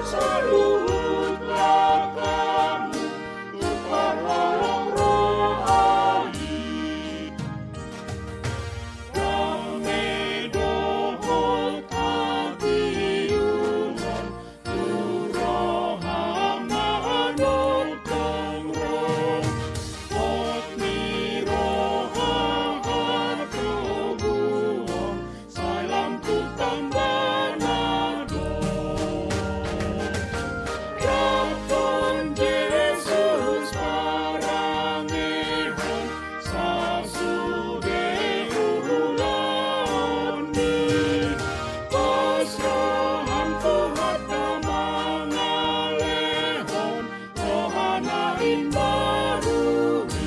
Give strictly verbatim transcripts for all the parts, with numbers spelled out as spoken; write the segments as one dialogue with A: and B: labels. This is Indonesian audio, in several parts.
A: berseluhutlah kamu, tertolong rohani. Damai dohot abiunan, turoham manut kengrong, ot miroha artobuong, salam tutang banado. Rapon Yesus parangehon, sasude uloni, pasroham Tuhan tamangalehon, rohanain barumi.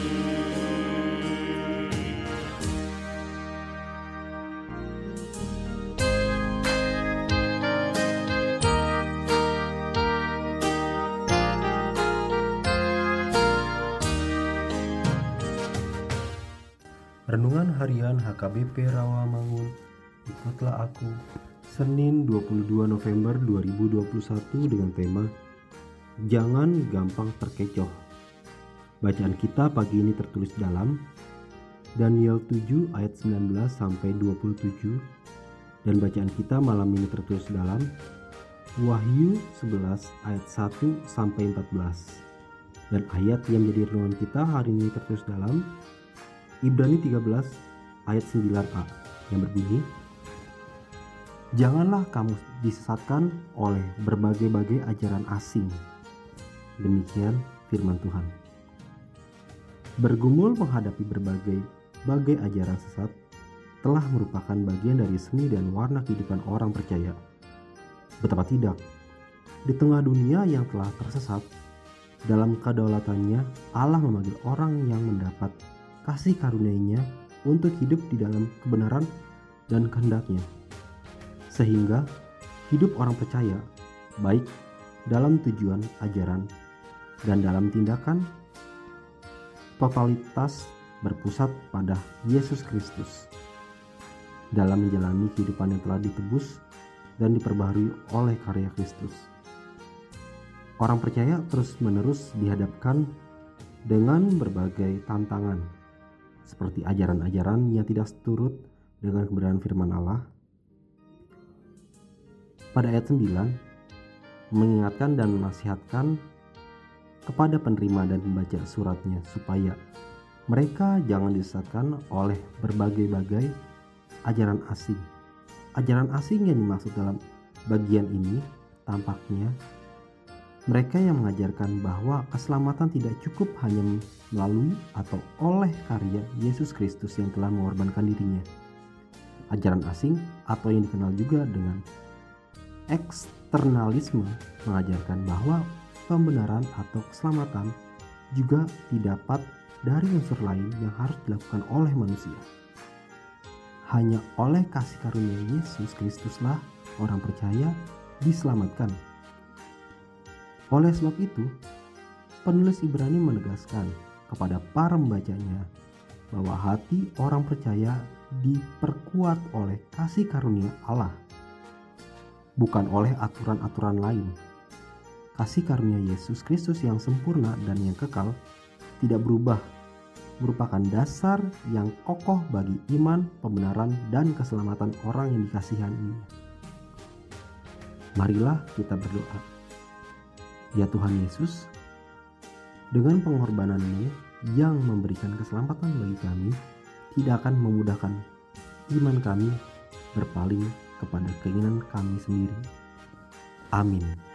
B: Renungan Harian H K B P Rawamangun, Ikutlah Aku, Senin dua puluh dua November dua ribu dua puluh satu dengan tema Jangan Gampang Terkecoh. Bacaan kita pagi ini tertulis dalam Daniel tujuh ayat sembilan belas sampai dua puluh tujuh, dan bacaan kita malam ini tertulis dalam Wahyu sebelas ayat satu sampai empat belas. Dan ayat yang menjadi renungan kita hari ini tertulis dalam Ibrani tiga belas ayat sembilan a yang berbunyi, janganlah kamu disesatkan oleh berbagai-bagai ajaran asing. Demikian firman Tuhan. Bergumul menghadapi berbagai bagai ajaran sesat telah merupakan bagian dari seni dan warna kehidupan orang percaya. Betapa tidak, di tengah dunia yang telah tersesat, dalam kedaulatannya Allah memanggil orang yang mendapat kasih karunia-Nya untuk hidup di dalam kebenaran dan kehendak-Nya, sehingga hidup orang percaya baik dalam tujuan ajaran dan dalam tindakan totalitas berpusat pada Yesus Kristus dalam menjalani kehidupan yang telah ditebus dan diperbaharui oleh karya Kristus. Orang percaya terus-menerus dihadapkan dengan berbagai tantangan, seperti ajaran-ajaran yang tidak seturut dengan kebenaran firman Allah. Pada ayat sembilan, mengingatkan dan menasihatkan kepada penerima dan pembaca suratnya supaya mereka jangan disesatkan oleh berbagai-bagai ajaran asing. Ajaran asing yang dimaksud dalam bagian ini tampaknya mereka yang mengajarkan bahwa keselamatan tidak cukup hanya melalui atau oleh karya Yesus Kristus yang telah mengorbankan dirinya. Ajaran asing atau yang dikenal juga dengan eksternalisme mengajarkan bahwa pembenaran atau keselamatan juga didapat dari unsur lain yang harus dilakukan oleh manusia. Hanya oleh kasih karunia Yesus Kristuslah orang percaya diselamatkan. Oleh sebab itu, penulis Ibrani menegaskan kepada para pembacanya bahwa hati orang percaya diperkuat oleh kasih karunia Allah, bukan oleh aturan-aturan lain. Kasih karunia Yesus Kristus yang sempurna dan yang kekal tidak berubah, merupakan dasar yang kokoh bagi iman, pembenaran, dan keselamatan orang yang dikasihinya. Marilah kita berdoa. Ya Tuhan Yesus, dengan pengorbanan-Mu yang memberikan keselamatan bagi kami, tidak akan memudahkan iman kami berpaling kepada keinginan kami sendiri. Amin.